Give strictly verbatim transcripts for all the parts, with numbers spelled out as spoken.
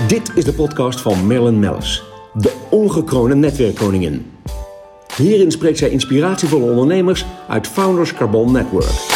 Dit is de podcast van Marilyn Mellis, de ongekroonde netwerkkoningin. Hierin spreekt zij inspiratievolle ondernemers uit Founders Carbon Network.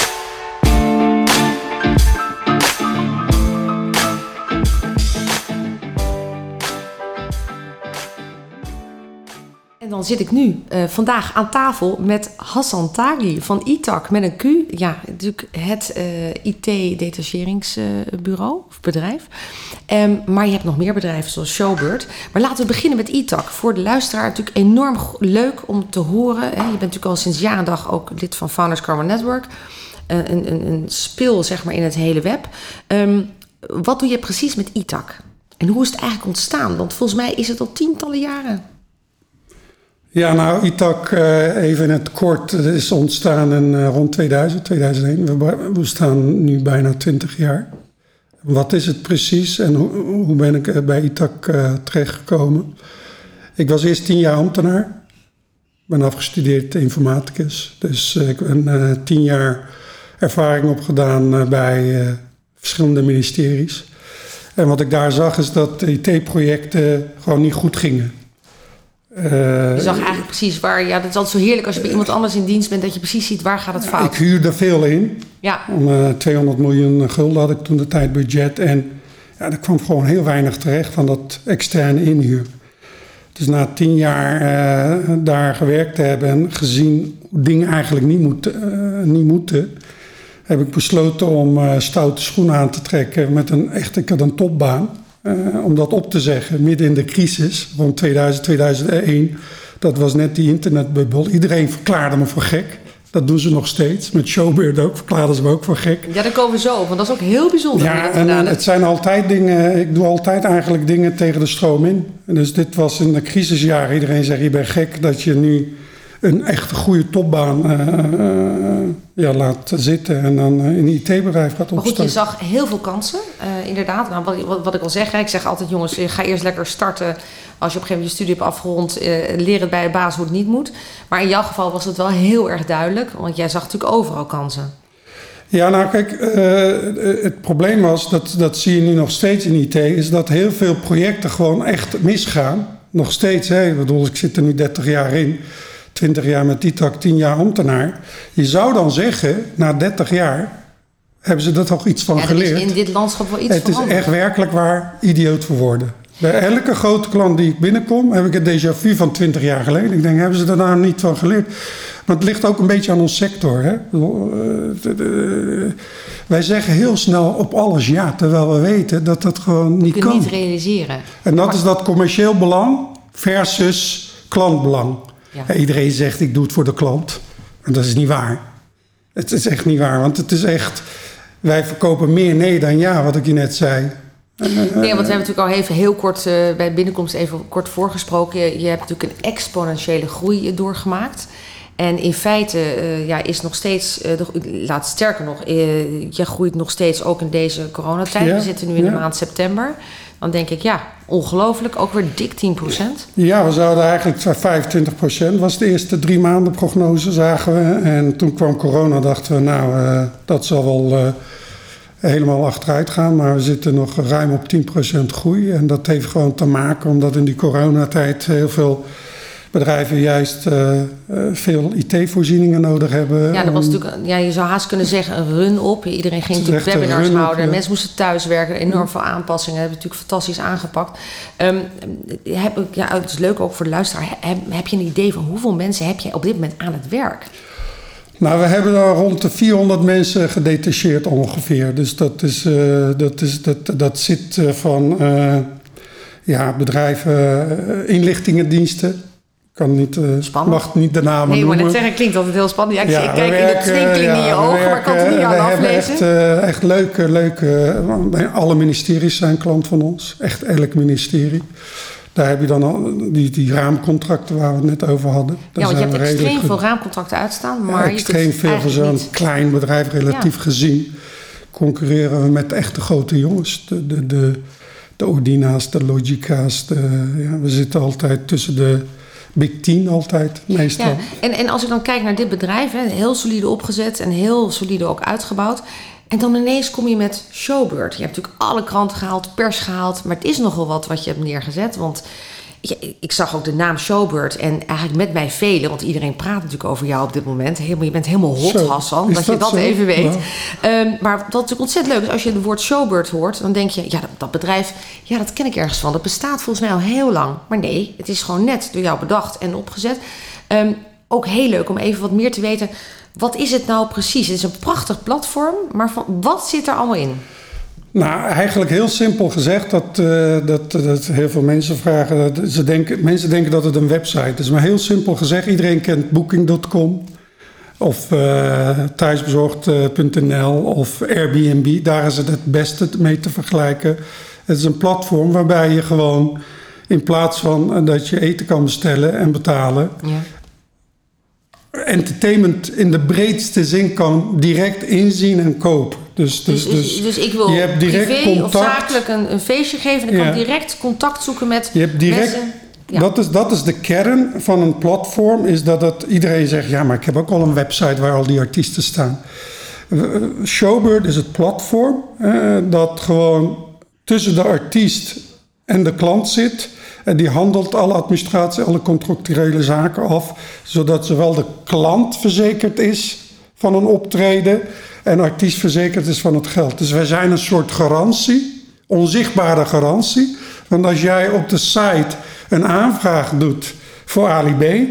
En dan zit ik nu uh, vandaag aan tafel met Hassan Taghi van Itac met een Q. Ja, natuurlijk het uh, I T-detacheringsbureau uh, of bedrijf. Um, maar je hebt nog meer bedrijven zoals Showbird. Maar laten we beginnen met Itac. Voor de luisteraar natuurlijk enorm leuk om te horen. Hè. Je bent natuurlijk al sinds jaar en dag ook lid van Founders Carbon Network. Uh, een, een, een speel zeg maar in het hele web. Um, wat doe je precies met Itac? En hoe is het eigenlijk ontstaan? Want volgens mij is het al tientallen jaren. Ja, nou, Itac, uh, even in het kort, is ontstaan in uh, rond tweeduizend, tweeduizend één. We, we bestaan nu bijna twintig jaar. Wat is het precies en hoe, hoe ben ik uh, bij Itac uh, terechtgekomen? Ik was eerst tien jaar ambtenaar. Ik ben afgestudeerd informaticus. Dus uh, ik ben uh, tien jaar ervaring opgedaan uh, bij uh, verschillende ministeries. En wat ik daar zag is dat I T-projecten gewoon niet goed gingen. Uh, je zag eigenlijk precies waar... Ja, dat is altijd zo heerlijk als je bij iemand anders in dienst bent... dat je precies ziet waar gaat het fout. Ik huurde veel in. Ja. Om, uh, tweehonderd miljoen gulden had ik toen de tijd budget. En ja, er kwam gewoon heel weinig terecht van dat externe inhuur. Dus na tien jaar uh, daar gewerkt te hebben... en gezien hoe dingen eigenlijk niet moeten... Uh, niet moeten heb ik besloten om uh, stoute schoenen aan te trekken... met een echt ik had een topbaan... Uh, om dat op te zeggen, midden in de crisis, rond tweeduizend, tweeduizend één. Dat was net die internetbubbel. Iedereen verklaarde me voor gek. Dat doen ze nog steeds. Met Showbird ook, verklaarden ze me ook voor gek. Ja, daar komen we zo op, want dat is ook heel bijzonder. Ja, en gedaan, het zijn altijd dingen... Ik doe altijd eigenlijk dingen tegen de stroom in. En dus dit was in de crisisjaren. Iedereen zegt, je bent gek dat je nu een echt goede topbaan uh, uh, ja, laat zitten en dan uh, in een I T-bedrijf gaat opstarten. Maar goed, je zag heel veel kansen, uh, inderdaad. Nou, wat, wat, wat ik al zeg, hè, ik zeg altijd jongens, ga eerst lekker starten. Als je op een gegeven moment je studie hebt afgerond, uh, leer het bij je baas hoe het niet moet. Maar in jouw geval was het wel heel erg duidelijk, want jij zag natuurlijk overal kansen. Ja, nou kijk, uh, het probleem was, dat, dat zie je nu nog steeds in I T, is dat heel veel projecten gewoon echt misgaan. Nog steeds, hè. Ik bedoel, ik zit er nu dertig jaar in. twintig jaar met Itac, tien jaar ambtenaar. Je zou dan zeggen, na dertig jaar hebben ze er toch iets van ja, geleerd. Is in dit landschap wel iets Het veranderd. is echt werkelijk waar idioot voor worden. Bij elke grote klant die ik binnenkom, heb ik het déjà vu van twintig jaar geleden. Ik denk, hebben ze er nou niet van geleerd? Maar het ligt ook een beetje aan ons sector. Hè? Wij zeggen heel snel op alles ja, terwijl we weten dat dat gewoon niet kan. Je kunt niet realiseren. En dat maar... is dat commercieel belang versus klantbelang. Ja. Iedereen zegt, ik doe het voor de klant. En dat is niet waar. Het is echt niet waar, want het is echt... Wij verkopen meer nee dan ja, wat ik je net zei. Nee, want we hebben natuurlijk al even heel kort... Uh, bij de binnenkomst even kort voorgesproken. Je, je hebt natuurlijk een exponentiële groei doorgemaakt. En in feite uh, ja, is nog steeds... Uh, de, laat sterker nog, uh, je groeit nog steeds ook in deze coronatijd. Ja, we zitten nu in ja. de maand september... Dan denk ik, ja, ongelooflijk. Ook weer dik tien procent. Ja, we zouden eigenlijk vijfentwintig procent. was de eerste drie maanden prognose, zagen we. En toen kwam corona, dachten we, nou, uh, dat zal wel uh, helemaal achteruit gaan. Maar we zitten nog ruim op tien procent groei. En dat heeft gewoon te maken omdat in die coronatijd heel veel bedrijven juist uh, uh, veel I T-voorzieningen nodig hebben. Ja, dat was natuurlijk, ja, je zou haast kunnen zeggen een run op. Iedereen ging natuurlijk webinars houden. Ja. Mensen moesten thuiswerken. Enorm veel aanpassingen. Hebben we natuurlijk fantastisch aangepakt. Um, heb, ja, het is leuk ook voor de luisteraar. Heb, heb je een idee van hoeveel mensen heb je op dit moment aan het werk? Nou, we hebben daar rond de vierhonderd mensen gedetacheerd ongeveer. Dus dat, is, uh, dat, is, dat, dat zit uh, van uh, ja, bedrijven, uh, inlichtingendiensten. Kan niet, uh, mag niet de namen nee, noemen. Nee, maar net zeggen, klinkt altijd heel spannend. Ja, ik, ja, ik kijk werken, in de twinkeling ja, in je ogen, maar ik kan het niet aan aflezen. We hebben echt, uh, echt leuke, leuke... Bij alle ministeries zijn klant van ons. Echt elk ministerie. Daar heb je dan al die, die raamcontracten waar we het net over hadden. Daar ja, want je hebt extreem goed. veel raamcontracten uitstaan. Maar ja, extreem je veel voor zo'n niet... klein bedrijf relatief ja. gezien. Concurreren we met echt de grote jongens. De, de, de, de Ordina's, de Logica's. De, ja, we zitten altijd tussen de... Big tien altijd, meestal. Ja, en, en als ik dan kijk naar dit bedrijf, hè, heel solide opgezet en heel solide ook uitgebouwd. En dan ineens kom je met Showbird. Je hebt natuurlijk alle kranten gehaald, pers gehaald. Maar het is nogal wat wat je hebt neergezet. Want ja, ik zag ook de naam Showbird. En eigenlijk met mij velen. Want iedereen praat natuurlijk over jou op dit moment. Helemaal, je bent helemaal hot, zo, Hassan. Dat, dat je dat zo? even weet. Ja. Um, maar wat natuurlijk ontzettend leuk is. Als je het woord Showbird hoort. Dan denk je, ja, dat, dat bedrijf. Ja, dat ken ik ergens van. Dat bestaat volgens mij al heel lang. Maar nee, het is gewoon net door jou bedacht en opgezet. Um, ook heel leuk om even wat meer te weten. Wat is het nou precies? Het is een prachtig platform, maar van, wat zit er allemaal in? Nou, eigenlijk heel simpel gezegd, dat, uh, dat, dat heel veel mensen vragen, dat ze denken, mensen denken dat het een website is. Maar heel simpel gezegd, iedereen kent booking punt com of uh, thuisbezorgd punt n l of Airbnb. Daar is het het beste mee te vergelijken. Het is een platform waarbij je gewoon, in plaats van dat je eten kan bestellen en betalen... Ja. Entertainment in de breedste zin kan direct inzien en kopen. Dus, dus, dus, dus, dus ik wil je hebt direct privé contact, of zakelijk een, een feestje geven... en ik ja. kan direct contact zoeken met je hebt direct, mensen. Ja. Dat, is, dat is de kern van een platform. Is dat het, iedereen zegt, ja, maar ik heb ook al een website waar al die artiesten staan. Showbird is het platform eh, dat gewoon tussen de artiest en de klant zit... En die handelt alle administratie, alle contractuele zaken af... zodat zowel de klant verzekerd is van een optreden... en artiest verzekerd is van het geld. Dus wij zijn een soort garantie, onzichtbare garantie. Want als jij op de site een aanvraag doet voor Ali B...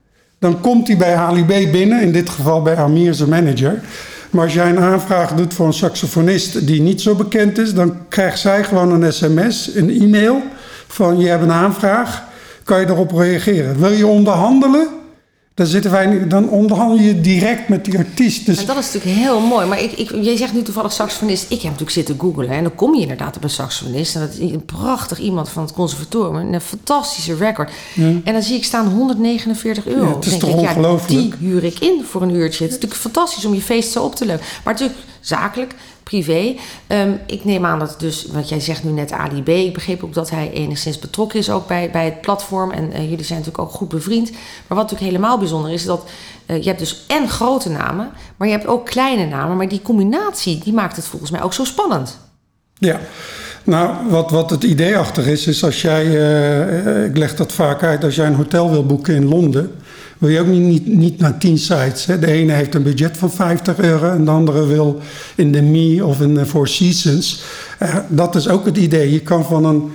dan komt die bij Ali B binnen, in dit geval bij Amir, zijn manager... Maar als jij een aanvraag doet voor een saxofonist die niet zo bekend is... dan krijgt zij gewoon een sms, een e-mail... van je hebt een aanvraag, kan je erop reageren. Wil je onderhandelen? Dan, zitten wij, dan onderhandel je direct met die artiest. Dus en dat is natuurlijk heel mooi. Maar ik, ik, jij zegt nu toevallig saxofonist. Ik heb natuurlijk zitten googlen. En dan kom je inderdaad op een saxofonist. En dat is een prachtig iemand van het conservatorium. Een fantastische record. Ja. En dan zie ik staan honderdnegenenveertig euro. Ja, het is denk toch ik, ongelooflijk? Ja, die huur ik in voor een uurtje. Het is natuurlijk fantastisch om je feest zo op te leuken. Maar natuurlijk zakelijk, privé. Um, ik neem aan dat dus, want jij zegt nu net Ali B. Ik begreep ook dat hij enigszins betrokken is ook bij, bij het platform. En uh, jullie zijn natuurlijk ook goed bevriend. Maar wat natuurlijk helemaal bijzonder is, dat uh, je hebt dus en grote namen, maar je hebt ook kleine namen. Maar die combinatie, die maakt het volgens mij ook zo spannend. Ja, nou, wat, wat het idee achter is, is als jij, uh, ik leg dat vaak uit, als jij een hotel wil boeken in Londen, wil je ook niet, niet, niet naar tien sites. Hè? De ene heeft een budget van vijftig euro en de andere wil in de Me of in de Four Seasons. Uh, dat is ook het idee. Je kan van een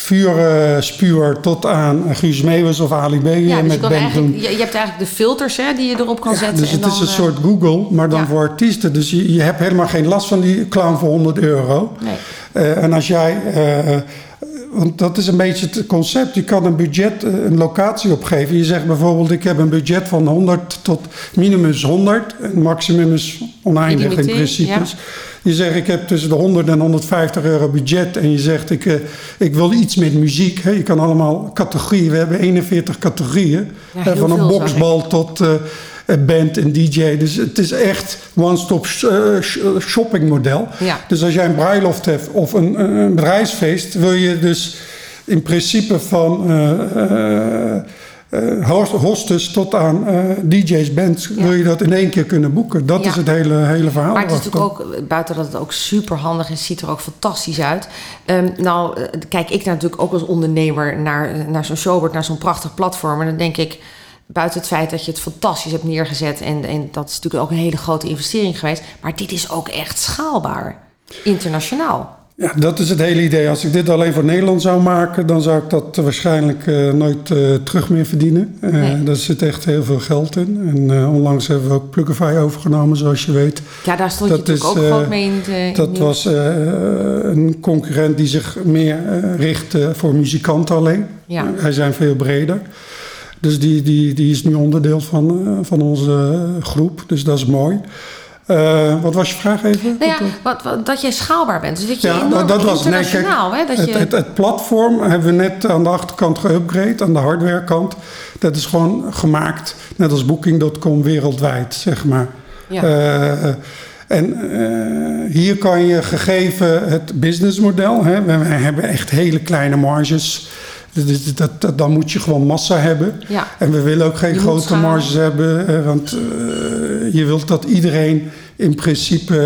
vuurspuwer tot aan Guus Meeuwis of Ali B. Ja, dus met je, band doen. Je, je hebt eigenlijk de filters hè, die je erop kan ja, zetten. Dus en het dan, is een uh, soort Google, maar dan ja. voor artiesten. Dus je, je hebt helemaal geen last van die clown voor honderd euro. Nee. Uh, en als jij... Uh, Want dat is een beetje het concept. Je kan een budget, een locatie opgeven. Je zegt bijvoorbeeld, ik heb een budget van honderd tot minimum is honderd. En maximum is oneindig Illimité, in principe. Ja. Je zegt, ik heb tussen de honderd en honderdvijftig euro budget. En je zegt, ik, uh, ik wil iets met muziek. Hè. Je kan allemaal categorieën. We hebben eenenveertig categorieën. Ja, uh, van een boksbal tot... Uh, band en D J. Dus het is echt one-stop shopping model. Ja. Dus als jij een bruiloft hebt of een, een bedrijfsfeest, wil je dus in principe van uh, uh, hostess tot aan uh, D J's, bands, ja. wil je dat in één keer kunnen boeken. Dat ja. is het hele, hele verhaal. Maar het is natuurlijk ook, buiten dat het ook super handig is, ziet er ook fantastisch uit. Um, nou, kijk ik natuurlijk ook als ondernemer naar, naar zo'n Showbird, naar zo'n prachtig platform. En dan denk ik, buiten het feit dat je het fantastisch hebt neergezet. En, en dat is natuurlijk ook een hele grote investering geweest. Maar dit is ook echt schaalbaar. Internationaal. Ja, dat is het hele idee. Als ik dit alleen voor Nederland zou maken, dan zou ik dat waarschijnlijk uh, nooit uh, terug meer verdienen. Uh, nee. Daar zit echt heel veel geld in. En uh, onlangs hebben we ook Plugify overgenomen, zoals je weet. Ja, daar stond dat je natuurlijk is, ook uh, groot mee in de in Dat was uh, een concurrent die zich meer uh, richtte voor muzikanten alleen. Ja. Uh, wij zijn veel breder. Dus die, die, die is nu onderdeel van, uh, van onze groep. Dus dat is mooi. Uh, wat was je vraag even? Nou ja, wat, wat, dat jij schaalbaar bent. Dus dat je ja, enorm dat was, internationaal... Nee, kijk, hè, dat het, je... het, het platform hebben we net aan de achterkant geüpgrade. Aan de hardwarekant. Dat is gewoon gemaakt, net als booking punt com, wereldwijd, zeg maar. Ja. Uh, en uh, hier kan je gegeven het businessmodel... Hè, we, we hebben echt hele kleine marges... Dat, dat, dat, dan moet je gewoon massa hebben. Ja. En we willen ook geen je grote marges hebben. Want uh, je wilt dat iedereen in principe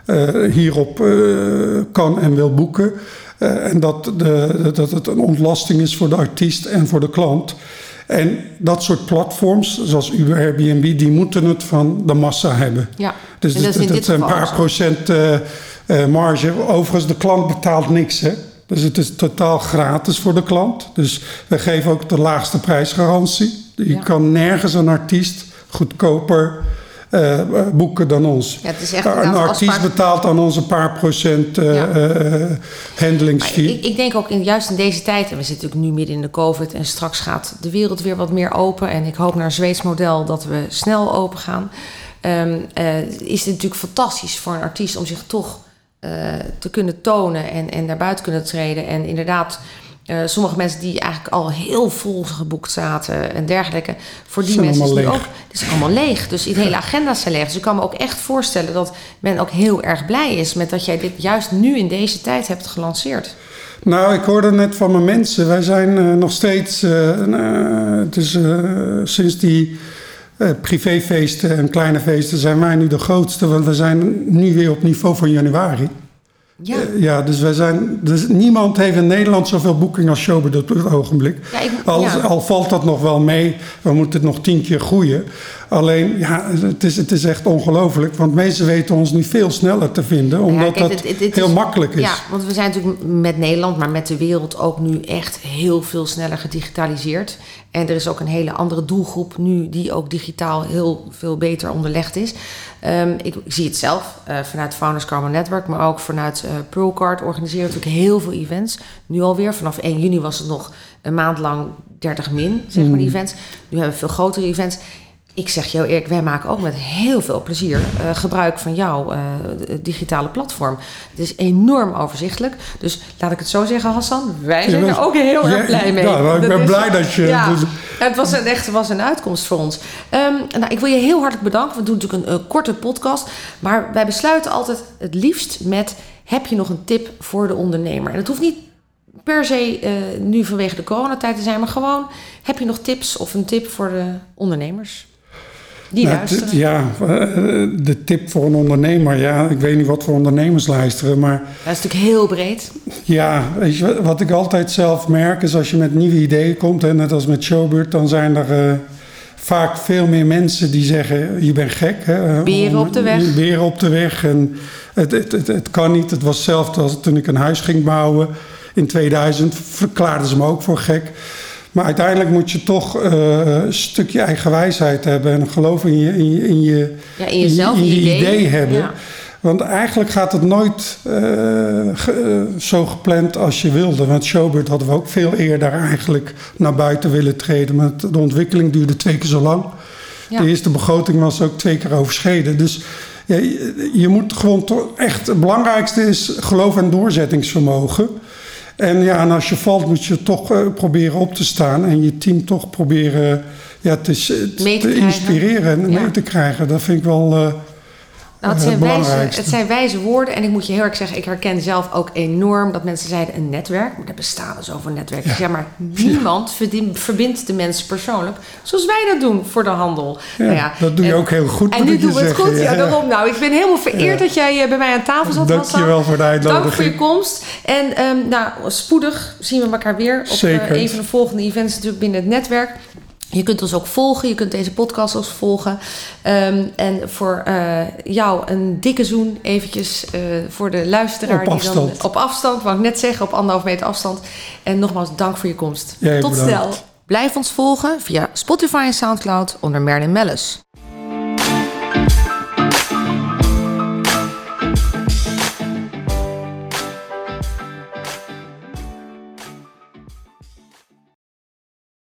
uh, hierop uh, kan en wil boeken. Uh, en dat, de, dat het een ontlasting is voor de artiest en voor de klant. En dat soort platforms, zoals Uber, Airbnb, die moeten het van de massa hebben. Ja, dus dat is, is een paar zo. procent uh, uh, marge. Overigens, de klant betaalt niks, hè. Dus het is totaal gratis voor de klant. Dus we geven ook de laagste prijsgarantie. Je ja. kan nergens een artiest goedkoper uh, boeken dan ons. Ja, het is echt een een artiest afspraak... betaalt dan ons een paar procent uh, ja. uh, handelingsfee. Ik, ik denk ook in, juist in deze tijd, en we zitten natuurlijk nu midden in de COVID en straks gaat de wereld weer wat meer open. En ik hoop naar een Zweeds model dat we snel open gaan. Um, uh, is het natuurlijk fantastisch voor een artiest om zich toch uh, te kunnen tonen en, en naar buiten kunnen treden. En inderdaad, uh, sommige mensen die eigenlijk al heel vol geboekt zaten en dergelijke, voor die mensen is het nu ook, het is allemaal leeg. Dus die hele agenda's zijn leeg. Dus ik kan me ook echt voorstellen dat men ook heel erg blij is met dat jij dit juist nu in deze tijd hebt gelanceerd. Nou, ik hoorde net van mijn mensen. Wij zijn uh, nog steeds, uh, uh, het is, uh, sinds die uh, privéfeesten en kleine feesten zijn wij nu de grootste. Want we zijn nu weer op niveau van januari. Ja, uh, ja dus wij zijn. Dus niemand heeft in Nederland zoveel boeking als Showbird op het ogenblik. Ja, ik, al, ja. al valt dat nog wel mee, we moeten het nog tien keer groeien. Alleen, ja, het is, het is echt ongelooflijk. Want mensen weten ons nu veel sneller te vinden. Omdat ja, kijk, dat het, het, het heel is, makkelijk is. Ja, want we zijn natuurlijk met Nederland, maar met de wereld ook nu echt heel veel sneller gedigitaliseerd. En er is ook een hele andere doelgroep nu die ook digitaal heel veel beter onderlegd is. Um, ik, ik zie het zelf uh, vanuit Founders Carbon Network, maar ook vanuit uh, Pearlcard organiseren we natuurlijk heel veel events. Nu alweer, vanaf één juni was het nog een maand lang dertig min, zeg maar, mm. die events. Nu hebben we veel grotere events. Ik zeg jou eerlijk, wij maken ook met heel veel plezier uh, gebruik van jouw uh, digitale platform. Het is enorm overzichtelijk. Dus laat ik het zo zeggen, Hassan, wij zijn er ook heel ja, erg blij mee. Ja, nou, ik ben dat blij is, dat je... Ja, dus... het was een, echt was een uitkomst voor ons. Um, nou, ik wil je heel hartelijk bedanken. We doen natuurlijk een, een korte podcast. Maar wij besluiten altijd het liefst met, heb je nog een tip voor de ondernemer? En het hoeft niet per se uh, nu vanwege de coronatijd te zijn, maar gewoon, heb je nog tips of een tip voor de ondernemers? Die nou, t- ja, de tip voor een ondernemer. Ja, ik weet niet wat voor ondernemers luisteren, maar... Dat is natuurlijk heel breed. Ja, weet je, wat ik altijd zelf merk is als je met nieuwe ideeën komt, hè, net als met Showbird, dan zijn er uh, vaak veel meer mensen die zeggen, je bent gek. Hè, beren op de weg. Beren op de weg. En het, het, het, het kan niet. Het was hetzelfde als toen ik een huis ging bouwen in tweeduizend. Verklaarden ze me ook voor gek. Maar uiteindelijk moet je toch uh, een stukje eigen wijsheid hebben en geloof in je, in je, in je, ja, in jezelf, in je, in je idee. idee hebben. Ja. Want eigenlijk gaat het nooit uh, ge, uh, zo gepland als je wilde. Want Showbird hadden we ook veel eerder eigenlijk naar buiten willen treden. Maar de ontwikkeling duurde twee keer zo lang. Ja. De eerste begroting was ook twee keer overschreden. Dus ja, je, je moet gewoon toch echt... Het belangrijkste is geloof en doorzettingsvermogen. En ja, en als je valt moet je toch uh, proberen op te staan en je team toch proberen ja, te, te, te inspireren en ja. mee te krijgen. Dat vind ik wel uh, nou, het, zijn wijze, het zijn wijze woorden en ik moet je heel erg zeggen, ik herken zelf ook enorm dat mensen zeiden een netwerk, maar er bestaan dus zoveel netwerken. Ja. Ja, maar niemand verdient, verbindt de mensen persoonlijk zoals wij dat doen voor de handel. Ja, nou ja, dat doe je en, ook heel goed. En nu doen we het goed, ja, ja, daarom. Nou, ik ben helemaal vereerd ja. dat jij bij mij aan tafel zat. Dank je wel voor de uitnodiging. Dank voor je komst. En um, nou, spoedig zien we elkaar weer op uh, een van de volgende events natuurlijk binnen het netwerk. Je kunt ons ook volgen, je kunt deze podcast ook volgen. Um, en voor uh, jou een dikke zoen eventjes uh, voor de luisteraar. Op afstand. Die dan, op afstand, wou ik net zeggen, op anderhalf meter afstand. En nogmaals, dank voor je komst. Jij Tot bedankt. snel. Blijf ons volgen via Spotify en Soundcloud onder Merlin Mellis.